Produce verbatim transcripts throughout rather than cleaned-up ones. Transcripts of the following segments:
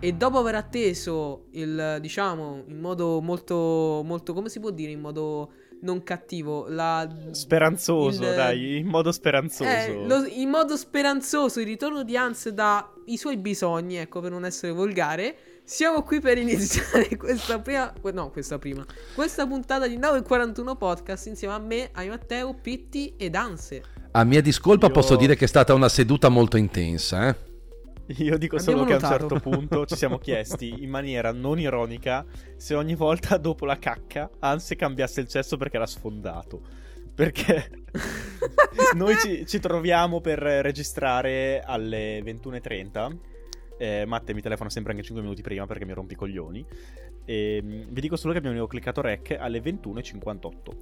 e dopo aver atteso il, diciamo, in modo molto, molto, come si può dire, in modo non cattivo, la, speranzoso, il, dai, in modo speranzoso. Eh, lo, in modo speranzoso il ritorno di Hans dai suoi bisogni, ecco, per non essere volgare. Siamo qui per iniziare questa prima, no, questa prima, questa puntata di nove e quarantuno Podcast insieme a me, a Matteo, Pitti ed Anse. A mia discolpa Io... posso dire che è stata una seduta molto intensa, eh? Io dico Abbiamo solo notato. che a un certo punto ci siamo chiesti in maniera non ironica se ogni volta dopo la cacca Anse cambiasse il cesso perché era sfondato. Perché noi ci, ci troviamo per registrare alle ventuno e trenta. eh, Matte mi telefona sempre anche cinque minuti prima perché mi rompi i coglioni. E vi dico solo che abbiamo cliccato rec alle ventuno e cinquantotto.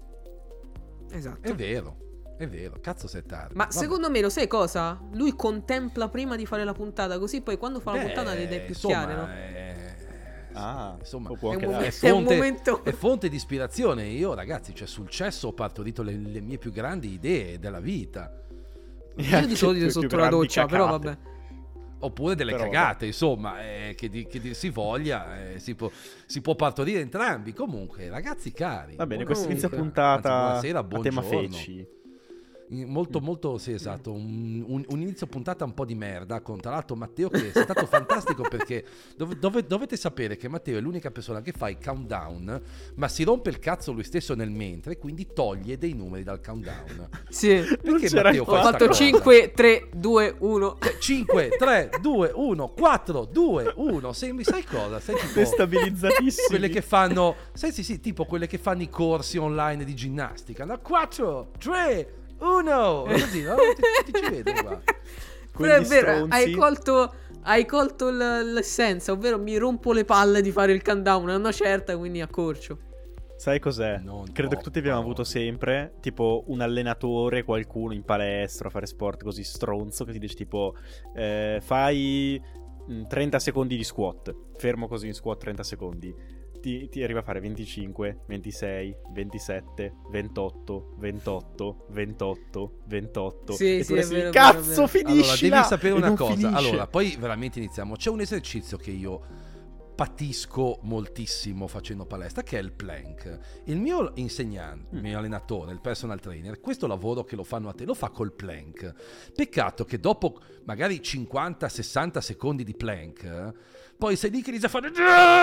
Esatto. È vero. È vero, cazzo sei tardi. Ma Vabbè. secondo me, lo sai cosa? Lui contempla prima di fare la puntata, così poi quando fa la Beh, puntata le idee più insomma, chiare, no? È... Ah, insomma, può È anche un, dare. momento, è un momento... è fonte di ispirazione. Io, ragazzi, cioè sul cesso ho partorito le, le mie più grandi idee della vita. Io di solito sotto la doccia, però vabbè. Oppure delle Però, cagate, vabbè. insomma, eh, che, di, che dir si voglia, eh, si, può, si può partorire entrambi. Comunque, ragazzi cari, Va bene, buon- questa inizia Comunque. puntata Anzi, buonasera, a tema buongiorno. feci. Molto molto sì, esatto, un, un, un inizio puntata un po' di merda con tra l'altro Matteo, che è stato fantastico perché dov, dove, dovete sapere che Matteo è l'unica persona che fa i countdown, ma si rompe il cazzo lui stesso nel mentre, quindi toglie dei numeri dal countdown. Sì. Perché c'era Matteo il fa Ho sta fatto cosa? cinque, tre, due, uno. cinque, tre, due, uno, quattro, due, uno. Sembri, sai cosa? Sei tipo Destabilizzatissimi. quelle che fanno, sai sì sì, tipo quelle che fanno i corsi online di ginnastica, no? quattro, tre, uno, così, no? Ti, ti ci vedo qua. Però è Quegli vero, stronzi. hai colto, hai colto l- l'essenza, ovvero mi rompo le palle di fare il countdown a una certa, quindi accorcio. Sai cos'è? Non Credo ho che tutti abbiamo parole. avuto sempre tipo un allenatore, qualcuno in palestra a fare sport così stronzo che ti dice tipo eh, fai mh, trenta secondi di squat, fermo così in squat trenta secondi. Ti, ti arriva a fare venticinque, ventisei, ventisette, ventotto, ventotto, ventotto, ventotto. Sì, e sì, tu è resti, vero, è vero, è cazzo, vero. finisci! Allora, devi sapere e una non cosa. finisce. Allora, poi veramente iniziamo. C'è un esercizio che io patisco moltissimo facendo palestra, che è il plank. Il mio insegnante, il mio allenatore, il personal trainer, questo lavoro che lo fanno a te lo fa col plank. Peccato che dopo magari cinquanta sessanta secondi di plank poi sei lì che inizi a fare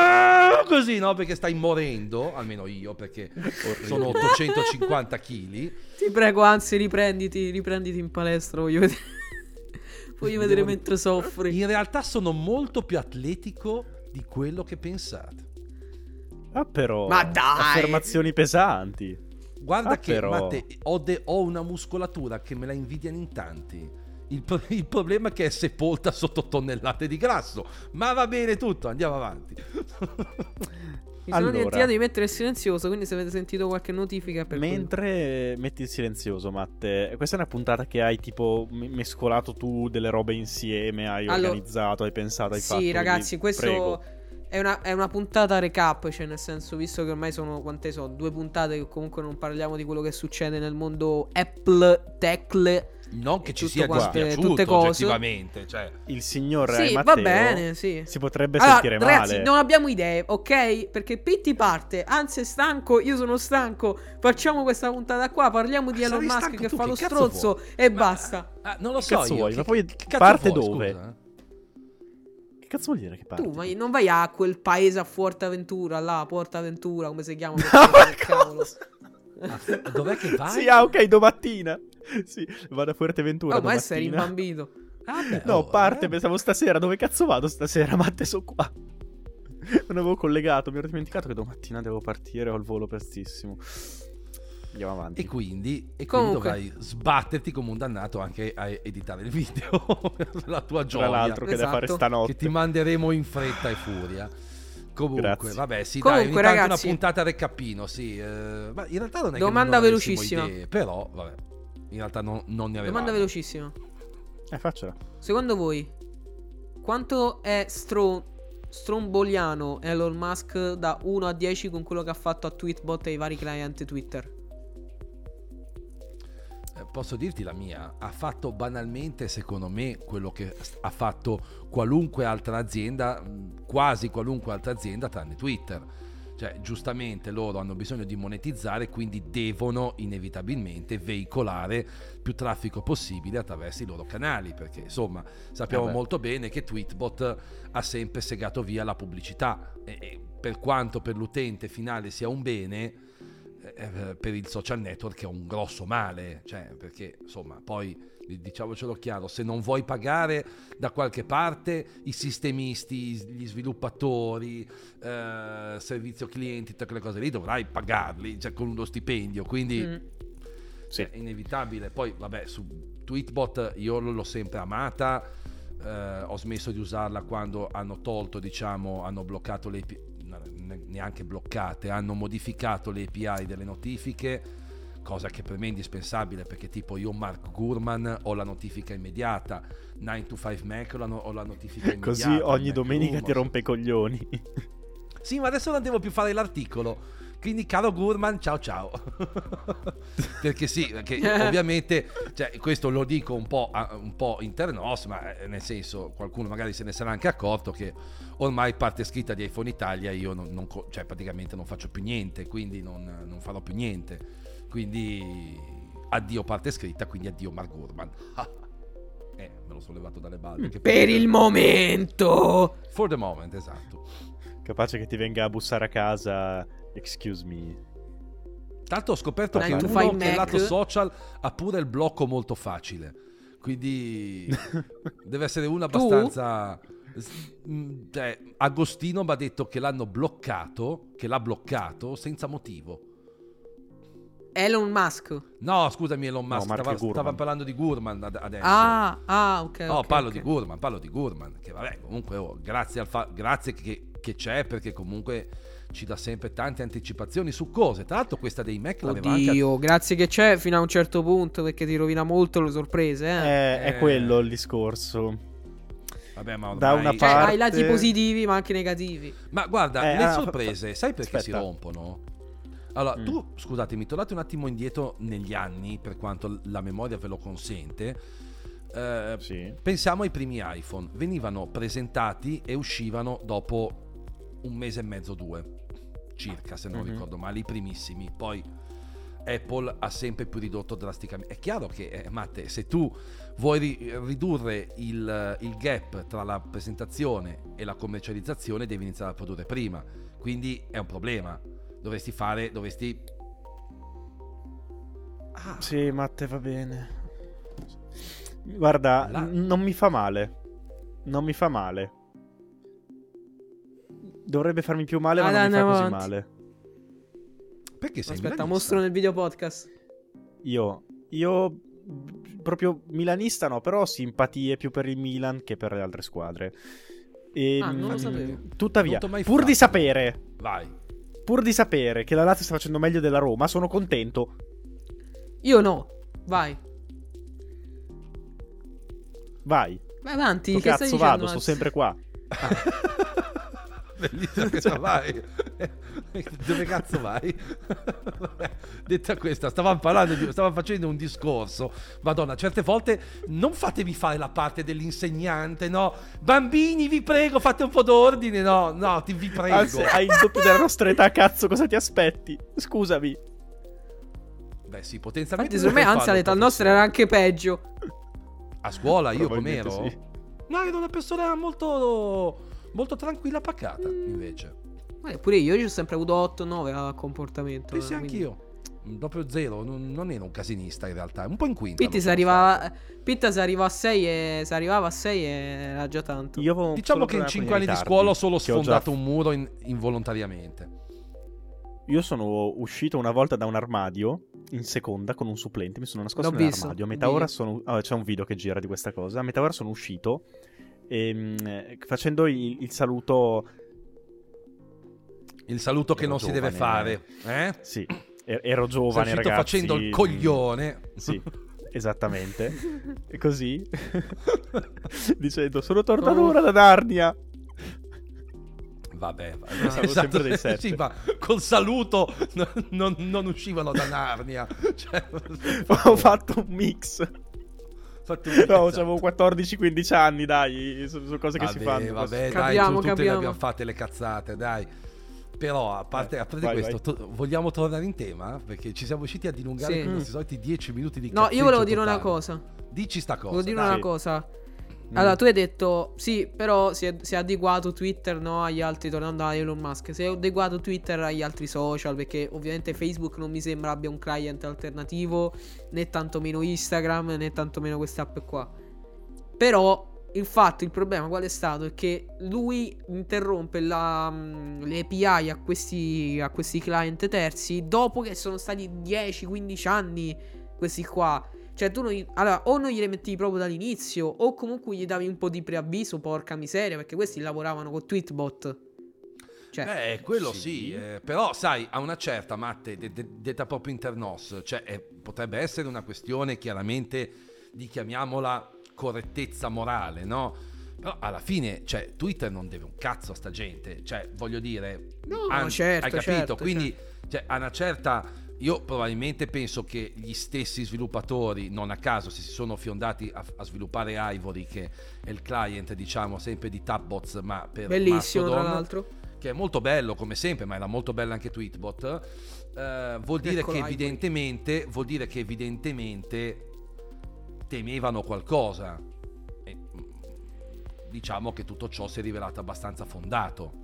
così, no? Perché stai morendo, almeno io, perché sono ottocentocinquanta chili. Ti prego, anzi, riprenditi, riprenditi in palestra, voglio vedere. Voglio vedere Devo- mentre soffri. In realtà sono molto più atletico di quello che pensate. Ah, però. Ma dai! Affermazioni pesanti. Guarda Ah, che, però. Matte, ho, de- ho una muscolatura che me la invidiano in tanti. Il, pro- il problema è che è sepolta sotto tonnellate di grasso. Ma va bene tutto, andiamo avanti. Mi sono Allora. dimenticato di mettere il silenzioso, quindi se avete sentito qualche notifica è per quello. Mentre metti il silenzioso, Matte, questa è una puntata che hai tipo me- mescolato tu delle robe insieme, hai Allora, organizzato, hai pensato, hai fatto. Sì, ragazzi, quindi, questo prego. è una, è una puntata recap, cioè nel senso, visto che ormai sono, quante sono, due puntate che comunque non parliamo di quello che succede nel mondo Apple, Tech, Non che e ci tutto sia quante- dispiaciuto tutte cose. oggettivamente, cioè. Il signor Sì, Matteo va bene, sì. si potrebbe Allora, sentire ragazzi, male. non abbiamo idee, ok? Perché Pitti parte, anzi è stanco, io sono stanco. Facciamo questa puntata qua, parliamo di Ma Elon sarai Musk stanco che tu, fa che lo cazzo stronzo vuoi? e Ma- basta. ah, non lo Che so cazzo io. vuoi? Che- Ma poi che- che cazzo parte vuoi, dove? scusa, eh? Che cazzo vuol dire che parte? Tu ma non vai a quel paese a Fuerteventura, là, a Portaventura, come si chiama? quel No, paese ma del cavolo. Ah, dov'è che vai? Sì, ah, ok, domattina. Sì, vado a Fuerteventura Oh, ma adesso eri domattina. imbambito. Ah, beh, No, oh, parte, eh. pensavo stasera. Dove cazzo vado stasera? Matte, sono qua. Non avevo collegato, mi ero dimenticato che domattina devo partire, ho il volo prestissimo. Andiamo avanti. E quindi, e quindi Comunque. dovrai sbatterti come un dannato anche a editare il video per la tua Tra gioia, l'altro che da fare Esatto. stanotte. che ti manderemo in fretta e furia. Comunque, Grazie. vabbè, sì, Comunque, dai, ogni tanto ragazzi. una puntata recapino, sì. eh, ma in realtà non è Domanda che non avessimo velocissima. idee, però, vabbè, in realtà non, non ne avevamo. Domanda velocissima. Eh, faccela. Secondo voi, quanto è stro- stromboliano Elon Musk da uno a dieci con quello che ha fatto a Tweetbot e ai vari client Twitter? Eh, posso dirti la mia, ha fatto banalmente, secondo me, quello che ha fatto qualunque altra azienda, quasi qualunque altra azienda tranne Twitter. Cioè, giustamente loro hanno bisogno di monetizzare, quindi devono inevitabilmente veicolare più traffico possibile attraverso i loro canali, perché insomma sappiamo Vabbè. molto bene che Tweetbot ha sempre segato via la pubblicità e, e per quanto per l'utente finale sia un bene, eh, per il social network è un grosso male, cioè, perché insomma poi diciamocelo chiaro, se non vuoi pagare da qualche parte i sistemisti, gli sviluppatori, eh, servizio clienti, tutte quelle cose lì dovrai pagarli, cioè con uno stipendio, quindi Mm. sì, è inevitabile. Poi vabbè, su Tweetbot io l'ho sempre amata, eh, ho smesso di usarla quando hanno tolto, diciamo, hanno bloccato le A P I, neanche bloccate, hanno modificato le A P I delle notifiche, cosa che per me è indispensabile, perché tipo io Mark Gurman ho la notifica immediata, nine to five Mac ho la, no- ho la notifica immediata. Così ogni Mac domenica Room, ti rompe i coglioni. Sì, ma adesso non devo più fare l'articolo. Quindi caro Gurman, ciao ciao. Perché sì, perché ovviamente, cioè, questo lo dico un po', a- un po' internos, ma eh, nel senso, qualcuno magari se ne sarà anche accorto che ormai parte scritta di iPhone Italia io non, non co- cioè praticamente non faccio più niente, quindi non, non farò più niente. Quindi addio parte scritta, quindi addio Mark Gurman. Eh, me lo sono levato dalle balle. Che Per poi- il momento. For the moment, esatto. Capace che ti venga a bussare a casa. Excuse me. Tanto ho scoperto Nine che to uno five che è Mac. lato social ha pure il blocco molto facile, quindi deve essere uno Tu? abbastanza mm, cioè, Agostino mi ha detto che l'hanno bloccato, che l'ha bloccato senza motivo. Elon Musk. No, scusami Elon No, Musk, Mark stava, Gurman. stava parlando di Gurman ad- adesso. Ah, ah, ok. No, ok, parlo ok. di Gurman, parlo di Gurman, che vabbè, comunque oh, grazie al fa- grazie che, che c'è, perché comunque ci dà sempre tante anticipazioni su cose. Tra l'altro questa dei Mac l'aveva anche Oddio, grazie che c'è fino a un certo punto, perché ti rovina molto le sorprese, eh. Eh, è Eh. quello il discorso. vabbè, ma Da ormai- una Cioè, parte- hai lati positivi ma anche negativi. Ma guarda, Eh, le ah, sorprese, fa- sai perché aspetta. si rompono? Allora, Mm. tu, scusatemi, tornate un attimo indietro negli anni, per quanto la memoria ve lo consente. Eh, Sì. Pensiamo ai primi iPhone, venivano presentati e uscivano dopo un mese e mezzo, due, circa, se non Mhm. ricordo male, i primissimi. Poi Apple ha sempre più ridotto drasticamente. È chiaro che, eh, Matte, se tu vuoi ri- ridurre il, il gap tra la presentazione e la commercializzazione, devi iniziare a produrre prima. Quindi è un problema. Dovresti fare, dovresti... Ah, Sì, Matte, va bene. Guarda, La- n- non mi fa male. Non mi fa male. Dovrebbe farmi più male, ma Ah, non mi andiamo fa così avanti. male. perché sei Aspetta, milanista? mostro nel video podcast. Io, io proprio milanista no, però ho simpatie più per il Milan che per le altre squadre. E, Ah, non lo mm, sapevo. Tuttavia, Non t'ho mai pur fatto. di sapere, Vai. pur di sapere che la Lazio sta facendo meglio della Roma, sono contento. Io no. Vai. Vai, Vai avanti. che Che stai cazzo dicendo, vado, sto Max? sempre qua. Bellissima questa, vai. Dove cazzo vai? Vabbè, detta questa, stavamo parlando di, stavamo facendo un discorso. Madonna, certe volte non fatevi fare la parte dell'insegnante, no? Bambini, vi prego, fate un po' d'ordine, no? No, ti vi prego. Anzi, hai il doppio della nostra età, cazzo, cosa ti aspetti? Scusami. Beh, sì, potenzialmente. Infatti, secondo me, dovrei anzi, farlo, all'età nostra era anche peggio. A scuola io Probabilmente com'ero? sì. No, ero una persona molto molto tranquilla, pacata, invece. Eh, pure io, io ho sempre avuto otto nove a comportamento. Pensi eh, anche quindi- io. Proprio zero, non, non ero un casinista in realtà, un po' in quinta. Pitti lo si sono arrivava, stato. Pitta si arriva a sei e se arrivava a sei era già tanto. Io avevo Diciamo solo che in problema cinque con i anni di ritardi, scuola ho solo che ho già sfondato un muro in- involontariamente. Io sono uscito una volta da un armadio in seconda con un supplente, mi sono nascosto L'ho nell'armadio. visto, A metà video. ora sono. Ah, c'è un video che gira di questa cosa. A metà ora sono uscito e, mh, facendo il, il saluto. Il saluto che Ero non si deve giovane. fare, eh? Sì, er- ero Sei giovane, uscito ragazzi. facendo il coglione. Sì, esattamente. E così dicendo: sono tornato ora da Narnia. Vabbè, Io stavo sempre dei sette. Sì, ma col saluto non, non, non uscivano da Narnia. Cioè, Ho fatto un mix. fatto un No, esatto. avevo quattordici quindici anni, dai, sono so cose che vabbè, si fanno. Vabbè, dai, Capiamo, tu, tutte le capiamo. abbiamo fatte le cazzate, dai. Però a parte, Eh, a parte vai, questo, to- vogliamo tornare in tema? Perché ci siamo usciti a dilungare Sì. con i nostri soliti dieci minuti di No, io cazzeggio volevo dire totale. una cosa. Dici sta cosa. Volevo dire dai. una Sì. cosa. Mm. Allora, tu hai detto, sì, però si è, si è adeguato Twitter, no, agli altri, tornando a Elon Musk, si è adeguato Twitter agli altri social, perché ovviamente Facebook non mi sembra abbia un client alternativo, né tantomeno Instagram, né tantomeno queste app qua. Però, il fatto, il problema qual è stato? È che lui interrompe la, mh, le A P I a questi, a questi client terzi dopo che sono stati dieci quindici anni questi qua. Cioè tu non gli- allora, o non gliele metti proprio dall'inizio, o comunque gli davi un po' di preavviso, porca miseria, perché questi lavoravano con Tweetbot. Cioè, Eh, quello sì, Sì. eh, però sai, a una certa, Matte, de- de- detta proprio internos, cioè eh, potrebbe essere una questione chiaramente di, chiamiamola, correttezza morale, no? Però alla fine, cioè, Twitter non deve un cazzo a sta gente, cioè, voglio dire, No, an- certo, hai capito? certo, Quindi, cioè, a una certa... Io probabilmente penso che gli stessi sviluppatori, non a caso, si sono fiondati a, a sviluppare Ivory, che è il client, diciamo, sempre di Tapbots, ma per bellissimo tra Mastodon, l'altro. che è molto bello come sempre, ma era molto bello anche Tweetbot. eh, vuol dire Ecco che Ivory. evidentemente vuol dire che evidentemente temevano qualcosa. E, mm, diciamo che tutto ciò si è rivelato abbastanza fondato.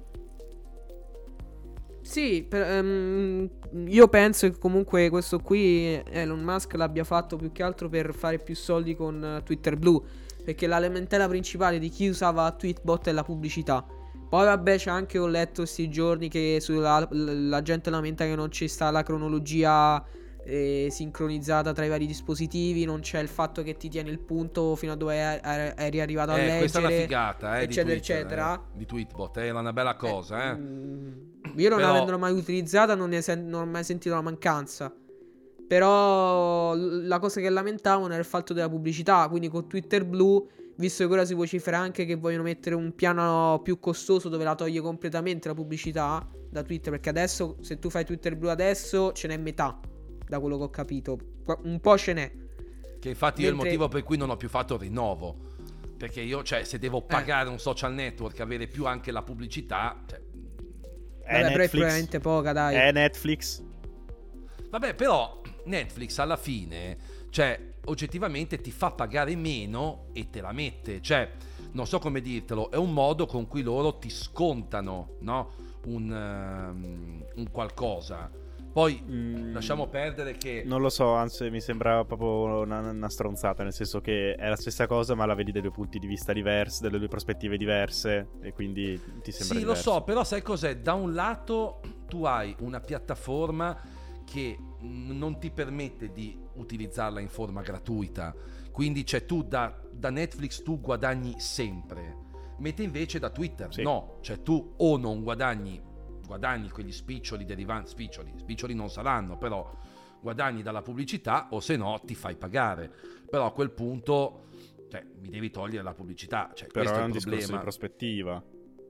Sì, per- ehm, io penso che comunque questo qui Elon Musk l'abbia fatto più che altro per fare più soldi con eh, Twitter Blue, perché la lamentela principale di chi usava Tweetbot è la pubblicità. Poi vabbè, c'è anche, ho letto questi giorni che sulla, l- la gente lamenta che non ci sta la cronologia eh, sincronizzata tra i vari dispositivi, non c'è il fatto che ti tiene il punto fino a dove è- è- eri arrivato a Eh, leggere, questa è una figata, eh, eccetera di Twitter, eccetera. eh, di Tweetbot, eh, era una bella cosa, eh. Mm, Io non Però- avendolo mai utilizzata non, ne sen- non ho mai sentito la mancanza. Però l- la cosa che lamentavano era il fatto della pubblicità. Quindi con Twitter Blue, visto che ora si vocifera anche che vogliono mettere un piano più costoso dove la toglie completamente la pubblicità da Twitter, perché adesso se tu fai Twitter Blue adesso ce n'è metà, da quello che ho capito. Qua- Un po' ce n'è. Che infatti è il Mentre- motivo per cui non ho più fatto il rinnovo. Perché io, cioè, se Eh. devo pagare un social network, avere più anche la pubblicità, cioè, È Vabbè, però è Netflix. probabilmente poca, dai. È Netflix. vabbè, però Netflix alla fine, cioè, oggettivamente ti fa pagare meno e te la mette. Cioè, non so come dirtelo, è un modo con cui loro ti scontano, no? Un, ehm, un qualcosa. Poi Mm, lasciamo perdere che... Non lo so, anzi mi sembra proprio una, una stronzata, nel senso che è la stessa cosa ma la vedi da due punti di vista diversi, dalle due prospettive diverse e quindi ti sembra Sì, lo diverso. so, però sai cos'è? Da un lato tu hai una piattaforma che n- non ti permette di utilizzarla in forma gratuita, quindi cioè tu da, da Netflix tu guadagni sempre, mentre invece da Twitter Sì. no, cioè tu o non guadagni, guadagni quegli spiccioli derivanti, spiccioli, spiccioli non saranno, però guadagni dalla pubblicità o se no ti fai pagare, però a quel punto cioè, mi devi togliere la pubblicità, cioè, Però questo è è un il discorso problema. di prospettiva.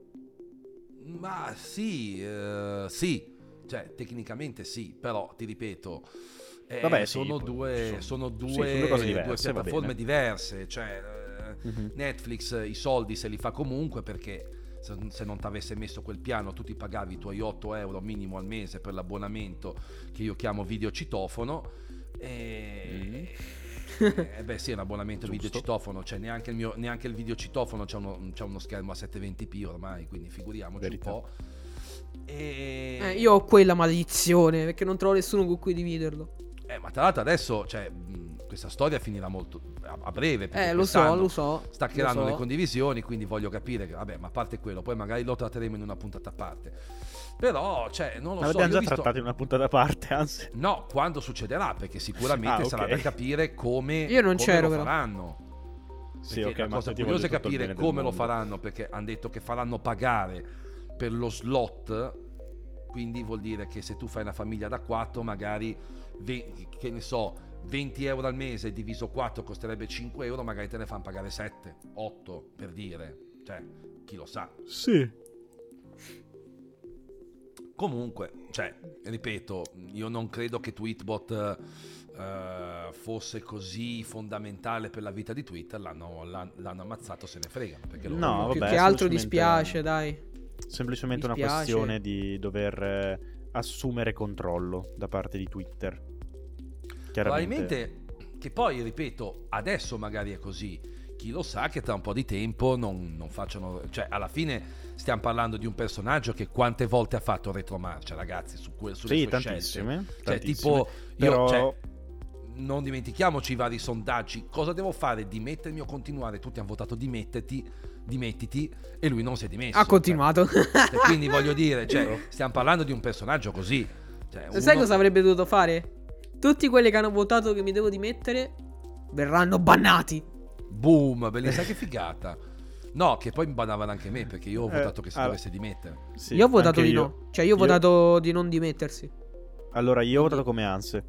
Ma sì, eh, sì, cioè tecnicamente sì, però ti ripeto, eh, Vabbè, sì, sono, poi due, sono- sono sì, due, sono due cose due diverse, va piattaforme bene. diverse, cioè eh, Mhm. Netflix i soldi se li fa comunque perché se, se non ti avesse messo quel piano tu ti pagavi i tuoi otto euro minimo al mese per l'abbonamento che io chiamo videocitofono e... Eh beh sì, è un abbonamento Giusto. videocitofono, cioè neanche il, mio, neanche il videocitofono c'è uno, c'è uno schermo a settecentoventi p ormai, quindi figuriamoci Verità. un po'. E... Eh, io ho quella maledizione perché non trovo nessuno con cui dividerlo. Eh, ma tra l'altro adesso, cioè, mh, questa storia finirà molto a, a breve. perché Eh, lo so, quest'anno lo so. Staccheranno lo so. le condivisioni, quindi voglio capire che, vabbè, ma a parte quello, poi magari lo tratteremo in una puntata a parte. Però, cioè, non lo so. L'abbiamo io già ho visto- trattato in una puntata a parte, anzi. No, quando succederà, perché sicuramente Ah, sarà ok. da capire come, Io non come c'ero, lo però. faranno. Sì, Perché ok, la ma cosa ti curiosa è voglio tutto il capire bene del come lo mondo. faranno, perché hanno detto che faranno pagare per lo slot, quindi vuol dire che se tu fai una famiglia da quattro, magari, ve- che ne so, venti euro al mese diviso quattro costerebbe cinque euro, magari te ne fanno pagare sette, otto, per dire. Cioè, chi lo sa. Sì. Comunque, cioè, ripeto, io non credo che Tweetbot eh, fosse così fondamentale per la vita di Twitter. L'hanno, l'hanno, l'hanno ammazzato, se ne fregano. Perché loro- No, Più vabbè, che altro semplicemente- dispiace, dai. Semplicemente una Dispiace. questione di dover eh, assumere controllo da parte di Twitter. Chiaramente. Probabilmente, che poi, ripeto, adesso magari è così. Chi lo sa che tra un po' di tempo non, non facciano... Cioè, alla fine stiamo parlando di un personaggio che quante volte ha fatto retromarcia, ragazzi, su que- sulle Sì, sue tantissime. scelte. Cioè, tantissime. tipo, io, Però... cioè, non dimentichiamoci i vari sondaggi. Cosa devo fare? Dimettermi o continuare? Tutti hanno votato dimetterti, dimettiti, e lui non si è dimesso. Ha continuato. Cioè, quindi voglio dire, cioè, stiamo parlando di un personaggio così. Cioè, Sai uno- cosa avrebbe dovuto fare? Tutti quelli che hanno votato che mi devo dimettere verranno bannati. Boom, bellissima, che figata. No, che poi mi bannavano anche me, perché io ho Eh, votato che si ah, dovesse dimettere. Sì, io ho votato anche di io. no. Cioè, io ho Io- votato di non dimettersi. Allora, io ho votato come Anse.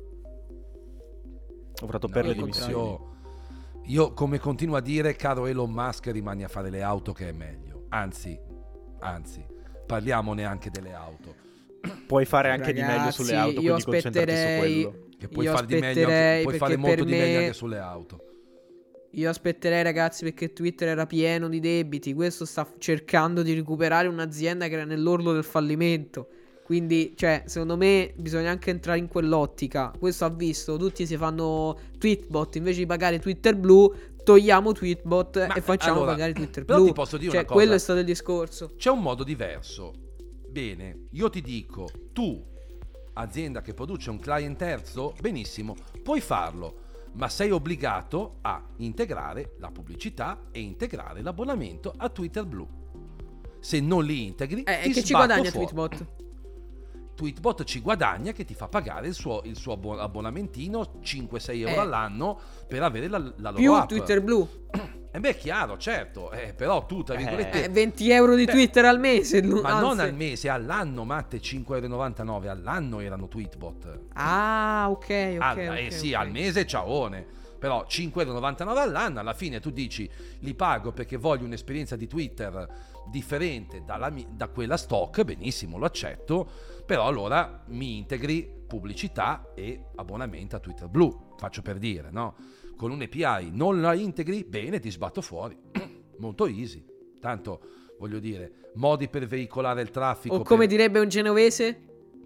Ho votato per No, le io- dimissioni. io, io, come continuo a dire, caro Elon Musk, rimani a fare le auto, che è meglio. Anzi, anzi, parliamone anche delle auto. Puoi fare anche di meglio Ragazzi, sulle auto, io quindi concentrarti su aspetterei- quello. Che puoi Io fare di meglio, anche- aspetterei, puoi fare perché molto per di meglio me- anche sulle auto. Io aspetterei, ragazzi, perché Twitter era pieno di debiti. Questo sta f- cercando di recuperare un'azienda che era nell'orlo del fallimento. Quindi, cioè, secondo me bisogna anche entrare in quell'ottica. Questo ha visto, tutti si fanno Tweetbot invece di pagare Twitter Blue. Togliamo Tweetbot Ma, e facciamo allora, pagare Twitter però Blue. ti posso dire Cioè, una cosa. quello è stato il discorso. C'è un modo diverso. Bene, io ti dico, tu, azienda che produce un client terzo, benissimo, puoi farlo, ma sei obbligato a integrare la pubblicità e integrare l'abbonamento a Twitter Blue. Se non li integri, Eh, ti e che ci sbatto guadagna fuori. Tweetbot? Tweetbot ci guadagna, che ti fa pagare il suo, il suo abbo- abbonamentino cinque sei euro Eh. all'anno per avere la, la loro Più app. Twitter Blue. E beh, è chiaro, certo, eh, però tu, tra Eh. virgolette... Eh, venti euro di Beh, Twitter al mese. Ma anzi. non al mese, all'anno, Matte, cinque e novantanove euro all'anno erano Tweetbot. Ah, ok, ok. Al- ok, eh sì, ok. al mese ciaone. Però cinque e novantanove euro all'anno, alla fine tu dici li pago perché voglio un'esperienza di Twitter differente dalla mi- da quella stock, benissimo, lo accetto, però allora mi integri pubblicità e abbonamento a Twitter Blue, faccio per dire, no? Con un A P I non la integri, bene, ti sbatto fuori. Molto easy. Tanto, voglio dire, modi per veicolare il traffico. O come per- direbbe un genovese?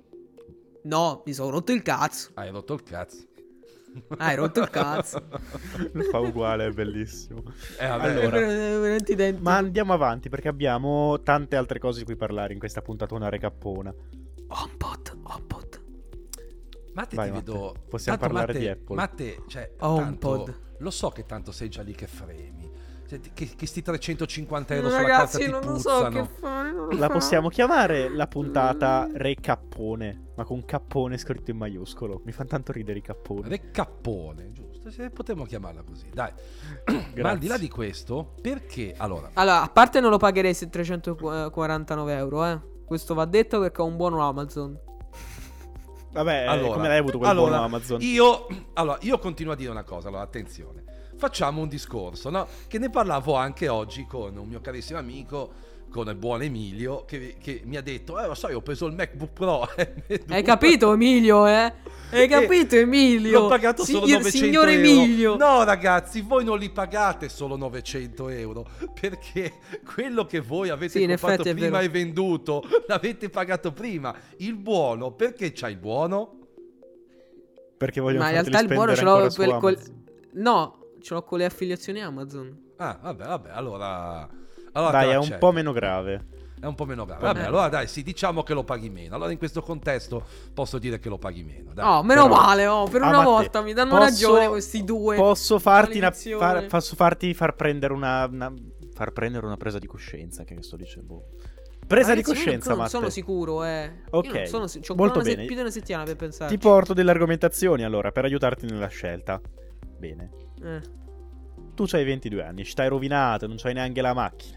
No, mi sono rotto il cazzo. Hai rotto il cazzo. Ah, hai rotto il cazzo. Lo fa uguale, è bellissimo. Eh, vabbè, Allora, È veramente identico. ma andiamo avanti perché abbiamo tante altre cose di cui parlare in questa puntatona recappona. HomePod, HomePod. Matte, Vai, ti Matte, vedo. possiamo tanto parlare Matte- di Apple. Matte, cioè, HomePod. tanto, lo so che tanto sei già lì che fremi. Cioè, ti- che, che sti trecentocinquanta euro sulla Ragazzi, carta non ti lo so puzzano. che fare. non lo La so. possiamo chiamare la puntata recappone, ma con cappone scritto in maiuscolo. Mi fanno tanto ridere i capponi. Recappone, giusto? Se potremmo chiamarla così, dai. Grazie. Ma al di là di questo, perché allora, Allora, a parte non lo pagherei se trecentoquarantanove euro, eh. Questo va detto perché ho un buono Amazon. Vabbè, allora, come l'hai avuto quel allora, buono Amazon? Io, allora, io continuo a dire una cosa, allora attenzione. Facciamo un discorso, no? Che ne parlavo anche oggi con un mio carissimo amico, con il buon Emilio, che, che mi ha detto, eh lo so, io ho preso il MacBook Pro. Hai capito, Emilio, eh? Hai capito, Emilio? L'ho pagato solo Signor- novecento Signor euro. Emilio. No, ragazzi, voi non li pagate solo novecento euro, perché quello che voi avete Sì, in comprato effetti è prima vero. e venduto l'avete pagato prima. Il buono, perché c'hai il buono? Perché vogliono Ma in farteli realtà il buono spendere ce l'ho ancora quel- su quel- Amazon. No, ce l'ho con le affiliazioni Amazon. Ah, vabbè, vabbè, allora... allora te Dai, è un l'accetto. po' meno grave. È un po' meno grave. Vabbè. Vabbè, allora dai, sì, diciamo che lo paghi meno. Allora in questo contesto posso dire che lo paghi meno. Dai. Oh, meno però- male, oh, per Ah, una Matte, volta mi danno posso- ragione questi due. Posso farti, una, Maledizione. far, posso farti far prendere una, una far prendere una presa di coscienza, che sto dicendo. Presa Ragazzi, di coscienza, io non Matte. sono sicuro, eh. Ok, Io non sono si- c'ho molto ancora una se- bene. più di una settimana per pensare. Ti porto delle argomentazioni allora per aiutarti nella scelta. Bene. Eh. Tu c'hai ventidue anni, stai rovinato, non c'hai neanche la macchina.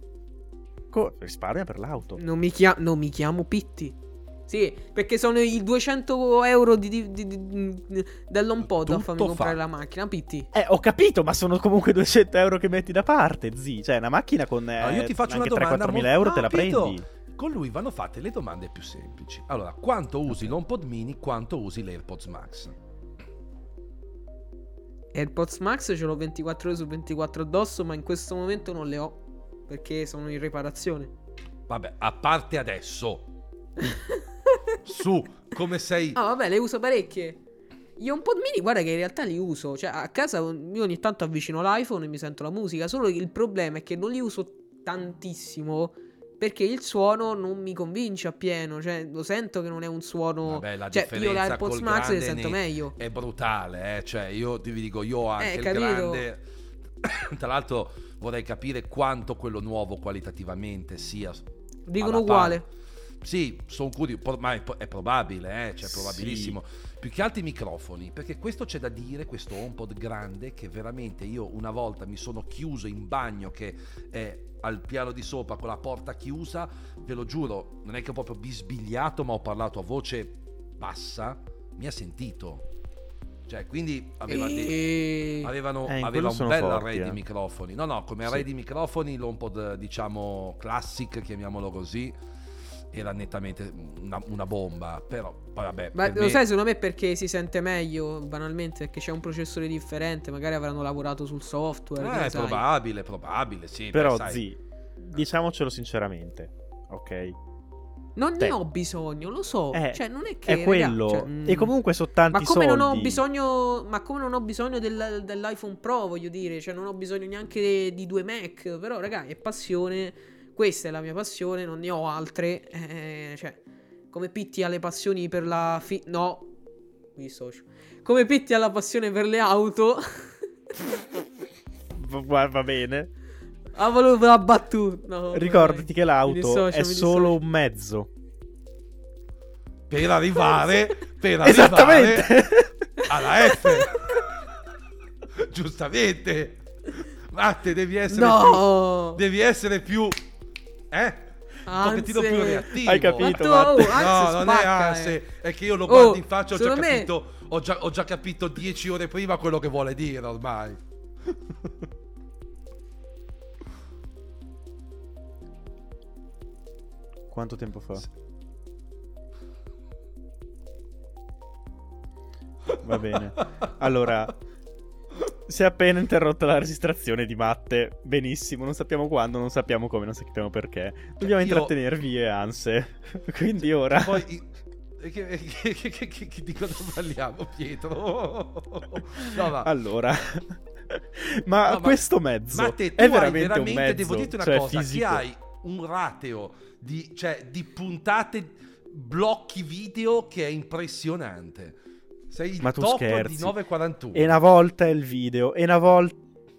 Co- risparmia per l'auto. Non mi, chia- non mi chiamo Pitti. Sì, perché sono i duecento euro di, di, di, di, dell'HomePod a Tutto farmi comprare fa. la macchina. Pitti. Eh, ho capito, ma sono comunque duecento euro che metti da parte, zi. Cioè, una macchina con eh, Allora, io ti faccio una anche domanda tre-quattromila molto- euro te la No, Pito, prendi. con lui vanno fatte le domande più semplici. Allora, quanto usi l'HomePod mini, quanto usi l'AirPods Max? AirPods Max ce l'ho ventiquattro ore su ventiquattro addosso, ma in questo momento non le ho perché sono in riparazione. Vabbè, a parte adesso. Su, come sei... Ah, vabbè, le uso parecchie. Gli HomePod mini, guarda che in realtà li uso. Cioè, a casa io ogni tanto avvicino l'iPhone e mi sento la musica. Solo che il problema è che non li uso tantissimo perché il suono non mi convince appieno. Cioè, lo sento che non è un suono... Vabbè, la cioè, io differenza l'AirPods col Max le grande sento ne- meglio. è brutale, eh. Cioè, io ti vi dico, io ho anche Eh, il capito. grande... Tra l'altro vorrei capire quanto quello nuovo qualitativamente sia... Dicono alla uguale. pari. Sì, sono curioso, ma è, è probabile, eh? Cioè, Sì. probabilissimo. Più che altro i microfoni, perché questo c'è da dire, questo HomePod grande, che veramente io una volta mi sono chiuso in bagno, che è al piano di sopra con la porta chiusa, ve lo giuro, non è che ho proprio bisbigliato, ma ho parlato a voce bassa, mi ha sentito. Cioè, quindi aveva dei... E... avevano, Eh, in aveva quello un sono bel forti, array eh. di microfoni. No, no, come Sì. array di microfoni l'HomePod, diciamo, classic, chiamiamolo così, era nettamente una, una bomba. Però, poi vabbè, Ma per lo me- sai, secondo me perché si sente meglio, banalmente, perché c'è un processore differente, magari avranno lavorato sul software, che Eh, ne è sai. probabile, probabile, sì. Però, beh, sai. zi, diciamocelo sinceramente, ok? Non Te- ne ho bisogno, lo so. Eh, Cioè, non è che È quello. raga, cioè, mm, E comunque sono tanti ma come soldi. non ho bisogno, ma come non ho bisogno del- dell'iPhone Pro, voglio dire, cioè non ho bisogno neanche di due Mac, però raga, è passione, questa è la mia passione, non ne ho altre, eh, cioè come Pitti ha le passioni per la fi- no, mi dissocio. Come Pitti ha la passione per le auto. Va, va bene. Ah, volevo la battuta. No, Ricordati che mi l'auto dissocio, è mi solo dissocio. un mezzo. Per arrivare, per Esattamente. arrivare alla F. Giustamente. Matte, devi essere No. più... Devi essere più... Eh? Un pochettino Anzi. più reattivo. Hai capito? Ma tu, oh, Matte? Anzi, No, non è spacca, ansia, eh. è che io lo Oh, guardo in faccia, ho già secondo me- capito, ho già, ho già capito dieci ore prima quello che vuole dire ormai. Quanto tempo fa? Va bene. Allora, si è appena interrotta la registrazione di Matte. Benissimo, non sappiamo quando, non sappiamo come, non sappiamo perché. Dobbiamo Io- intrattenervi e anse. Quindi ora... Poi... i- Che, che, che, che, che- che- di cosa parliamo, Pietro? No, ma... Allora... ma No, ma- questo mezzo Ma te, tu è hai veramente, veramente, un mezzo, devo dirti una cioè cosa, fisico. che hai un rateo di, cioè, di puntate, blocchi video che è impressionante. Sei il Ma tu top scherzi. di nove quarantuno. E una volta è il video, e una volta...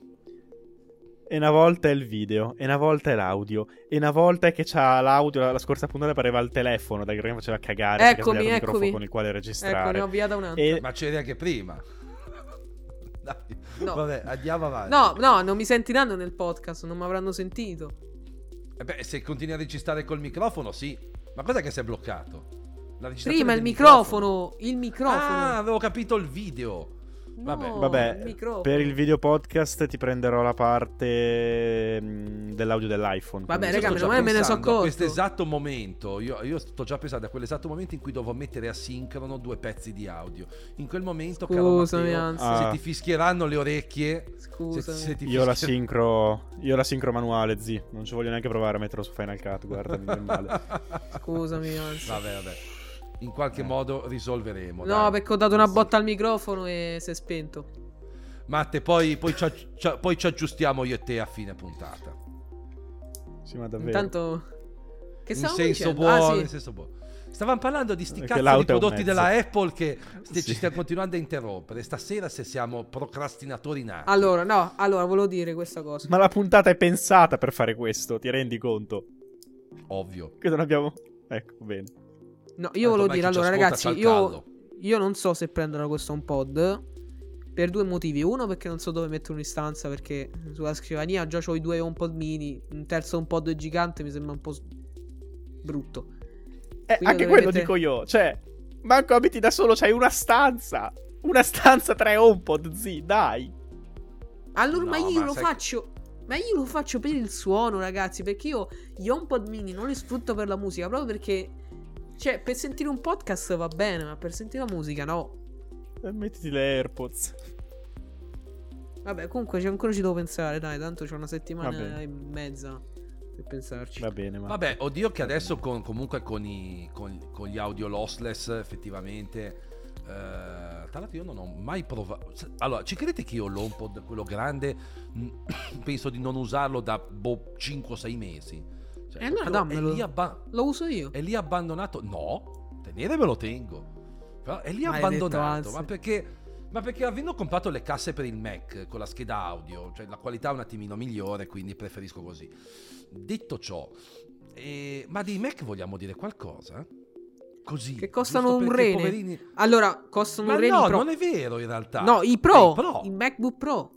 E una volta è il video, e una volta è l'audio, e una volta è che c'ha l'audio. La, la scorsa puntata pareva al telefono, da che mi faceva cagare. perché Eccomi, sbagliava il microfono eccomi. con il quale Ecco, registrare. ne ho avviata un'altra. E- Ma c'eri anche prima. Dai. No. Vabbè, andiamo avanti. No, no, non mi sentiranno nel podcast, non mi avranno sentito. Eh beh, se continui a registrare col microfono, sì. Ma cos'è che si è bloccato? La registrazione Prima il del microfono, il microfono. Ah, avevo capito il video. No, vabbè. il Vabbè, microfono. per il video podcast ti prenderò la parte mh, dell'audio dell'iPhone. Vabbè, quindi- raga, Sto meno già male me ne so pensando a accorto. questo esatto momento. Io, io sto già pensando a quell'esatto momento in cui dovrò mettere a sincrono due pezzi di audio. In quel momento, caro Scusami, Matteo, anzi. Ah. se ti fischieranno le orecchie, Scusami. se, se ti Io la fischieranno- sincro. Io la sincro manuale, zi. Non ci voglio neanche provare a metterlo su Final Cut. Guarda, mi viene male. Scusami, anzi. Vabbè, vabbè. In qualche Eh. modo risolveremo. No, dai. perché ho dato una Sì. botta al microfono e si è spento. Matte, poi, poi, ci, ci- poi ci aggiustiamo io e te a fine puntata. Sì, ma davvero. Intanto che In stavamo senso dicendo? buono, Ah, sì. in senso buono. Stavamo parlando di sti Che cazzo di l'auto è un prodotti mezzo. della Apple che st- Sì. ci stiamo continuando a interrompere. Stasera se siamo procrastinatori nati. Allora, no, allora volevo dire questa cosa. Ma la puntata è pensata per fare questo, ti rendi conto? Ovvio. Che non abbiamo... Ecco, bene. No, io volevo Ormai dire, chi ci allora ascolta ragazzi, c'ha il io, caldo. io non so se prenderò questo HomePod per due motivi. Uno, perché non so dove metterlo in stanza, perché sulla scrivania già ho i due HomePod mini, un terzo HomePod gigante mi sembra un po' s- brutto. Eh, Quindi anche dove quello mette- dico io. Cioè, manco abiti da solo, c'hai una stanza. Una stanza, tre HomePod, zi, dai. Allora, ma No, io ma lo sai- faccio. Ma io lo faccio per il suono, ragazzi, perché io gli HomePod mini non li sfrutto per la musica, proprio perché, cioè, per sentire un podcast va bene, ma per sentire la musica no. E mettiti le AirPods. Vabbè, comunque c'è ancora ci devo pensare, dai, tanto c'è una settimana Vabbè. e mezza per pensarci. Va bene, ma... Vabbè, oddio che adesso con, comunque con, i, con, con gli audio lossless effettivamente... Uh, tra l'altro io non ho mai provato. Allora, ci credete che io l'HomePod, quello grande, mh, penso di non usarlo da boh, cinque o sei mesi? Cioè, E allora proprio dammelo. è lì abba- Lo uso io. È lì abbandonato. No, tenere me lo tengo. Però è lì Maledetto abbandonato. Alzi. Ma perché? Ma perché avendo comprato le casse per il Mac con la scheda audio, cioè la qualità è un attimino migliore, quindi preferisco così. Detto ciò, eh, ma dei Mac vogliamo dire qualcosa? Così, Che costano giusto un perché, rene. poverini... Allora, costano Ma un rene no, i Pro. non è vero in realtà. No, i Eh, Pro, i Pro. i MacBook Pro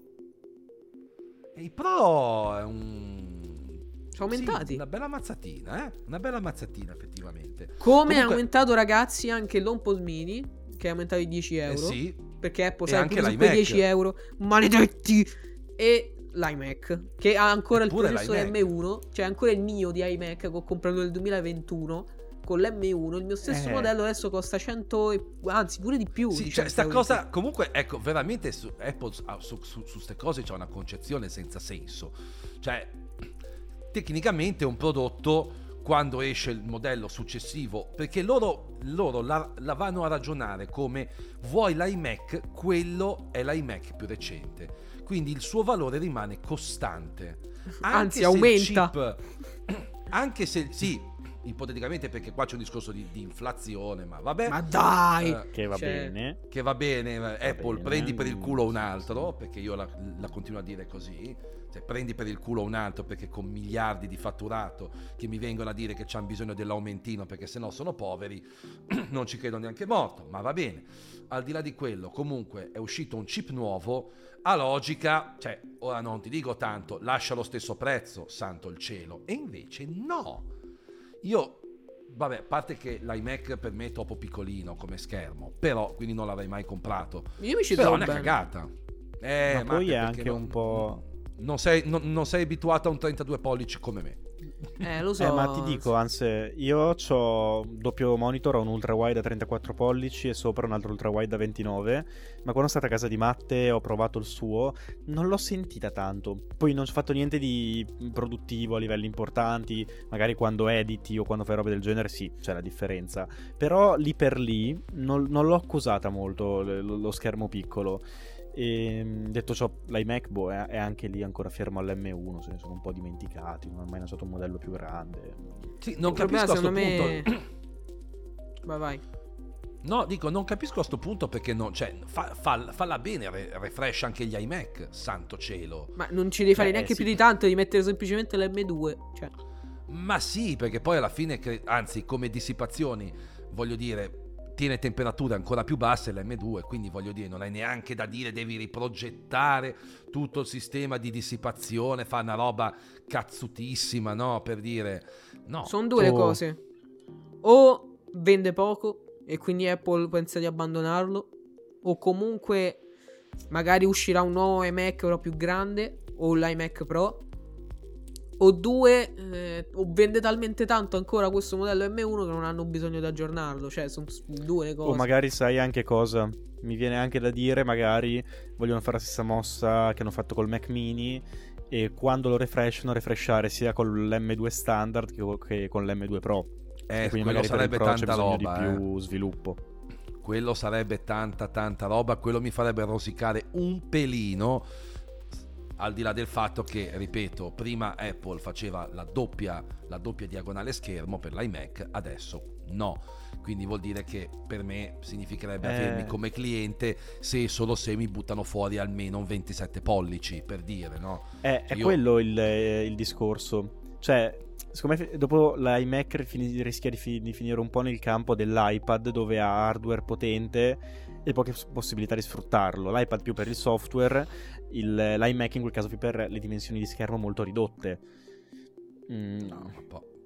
E i Pro è un... sono aumentati. Sì, una bella mazzatina, eh? Una bella mazzatina effettivamente. Come Comunque- è aumentato, ragazzi, anche l'HomePod mini, che è aumentato di dieci Eh euro. sì, Perché Apple E sai anche pure su l'iMac. quei dieci euro, maledetti. E l'iMac, che ha ancora il Eppure processore l'iMac. M uno, cioè ancora il mio di iMac che ho comprato nel duemilaventuno con l'M uno, il mio stesso Eh. modello adesso costa cento e- anzi pure di più sì, di cioè cento sta euro cosa, in più. comunque ecco, veramente su Apple ah, su queste cose c'è una concezione senza senso. Cioè, tecnicamente è un prodotto quando esce il modello successivo, perché loro, loro la, la vanno a ragionare come vuoi l'iMac, quello è l'iMac più recente, quindi il suo valore rimane costante. Anche Anzi, se il aumenta. chip- anche se sì, ipoteticamente, perché qua c'è un discorso di, di inflazione, ma vabbè. Ma dai, Eh, Che va Cioè- bene. che va bene, Apple, bene. prendi per il culo un altro, perché io la, la continuo a dire così, cioè prendi per il culo un altro perché con miliardi di fatturato che mi vengono a dire che c'hanno bisogno dell'aumentino perché sennò sono poveri, non ci credo neanche morto, ma va bene. Al di là di quello, comunque è uscito un chip nuovo, a logica, cioè ora non ti dico tanto, lascia lo stesso prezzo, santo il cielo, e invece no. Io vabbè, a parte che l'iMac per me è troppo piccolino come schermo, però quindi non l'avrei mai comprato. io mi ci Però trovo è una bene. cagata. Eh, Ma poi perché è anche non- un po'... Non sei, non, non sei abituato a un trentadue pollici come me. Eh, lo so. Eh, ma ti dico, anzi, io ho doppio monitor, ho un ultra wide da trentaquattro pollici e sopra un altro ultra wide da ventinove. Ma quando sono stata a casa di Matte ho provato il suo, non l'ho sentita tanto. Poi non ho fatto niente di produttivo a livelli importanti. Magari quando editi o quando fai robe del genere, sì, c'è la differenza. Però lì per lì non, non l'ho accusata molto lo, lo schermo piccolo. E detto ciò, l'iMac boh, è, è anche lì ancora fermo all'M uno, se ne sono un po' dimenticati, non ho mai lanciato un modello più grande. Sì, non Il problema, capisco a sto secondo punto. me- Vai, vai. No, dico, non capisco a sto punto perché no, cioè, fa, fa- falla bene, re- refresh anche gli iMac, santo cielo. Ma non ci devi fare Eh, neanche sì. più di tanto, devi mettere semplicemente l'M due. Cioè, Ma sì, perché poi alla fine, cre- anzi, come dissipazioni, voglio dire, tiene temperature ancora più basse l'M due, quindi voglio dire, non hai neanche da dire, devi riprogettare tutto il sistema di dissipazione, fa una roba cazzutissima, no? Per dire, no. sono due le Oh. cose. O vende poco e quindi Apple pensa di abbandonarlo, o comunque magari uscirà un nuovo iMac però più grande, o l'iMac Pro. O due, eh, o vende talmente tanto ancora questo modello M uno che non hanno bisogno di aggiornarlo. Cioè, sono due le cose. O magari sai anche cosa, mi viene anche da dire, magari vogliono fare la stessa mossa che hanno fatto col Mac Mini e quando lo refreshano, refreshare sia con l'M due standard che, che con l'M due Pro. Eh, E quindi quello magari per il sarebbe Pro c'è tanta bisogno roba, di più sviluppo. quello sarebbe tanta tanta roba, quello mi farebbe rosicare un pelino, al di là del fatto che, ripeto, prima Apple faceva la doppia, la doppia diagonale schermo per l'iMac, adesso no, quindi vuol dire che per me significherebbe Eh. avermi come cliente se solo se mi buttano fuori almeno un ventisette pollici, per dire, no? Eh, è Io- quello il, il discorso. Cioè, secondo me dopo l'iMac fini- rischia di, fi- di finire un po' nel campo dell'iPad, dove ha hardware potente e poche s- possibilità di sfruttarlo. L'iPad più per il software, il, l'iMac in quel caso più per le dimensioni di schermo molto ridotte. Mm, No, ma po-